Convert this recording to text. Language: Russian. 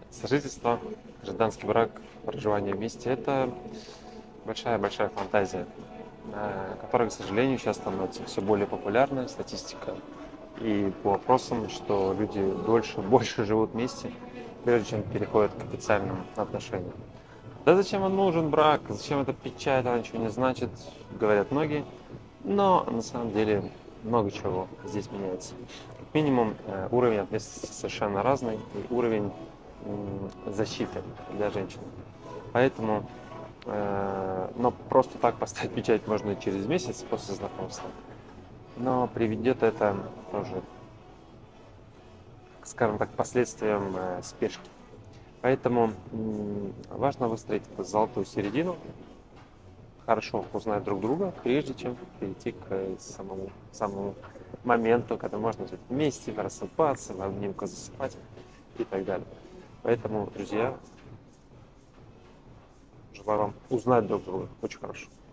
Сожительство, гражданский брак, проживание вместе – это большая-большая фантазия, которая, к сожалению, сейчас становится все более популярной. Статистика и по опросам, что люди дольше, больше живут вместе, прежде чем переходят к официальным отношениям. Да зачем он нужен, брак? Зачем эта печать? Она ничего не значит, говорят многие. Но на самом деле много чего здесь меняется. Как минимум уровень ответственности совершенно разный и уровень защиты для женщин. Поэтому, но просто так поставить печать можно и через месяц после знакомства. Но приведет это тоже, скажем так, к последствиям спешки. Поэтому важно выстроить эту золотую середину, хорошо узнать друг друга, прежде чем перейти к самому моменту, когда можно жить вместе, рассыпаться, в обнимку засыпать и так далее. Поэтому, друзья, желаю вам узнать друг друга очень хорошо.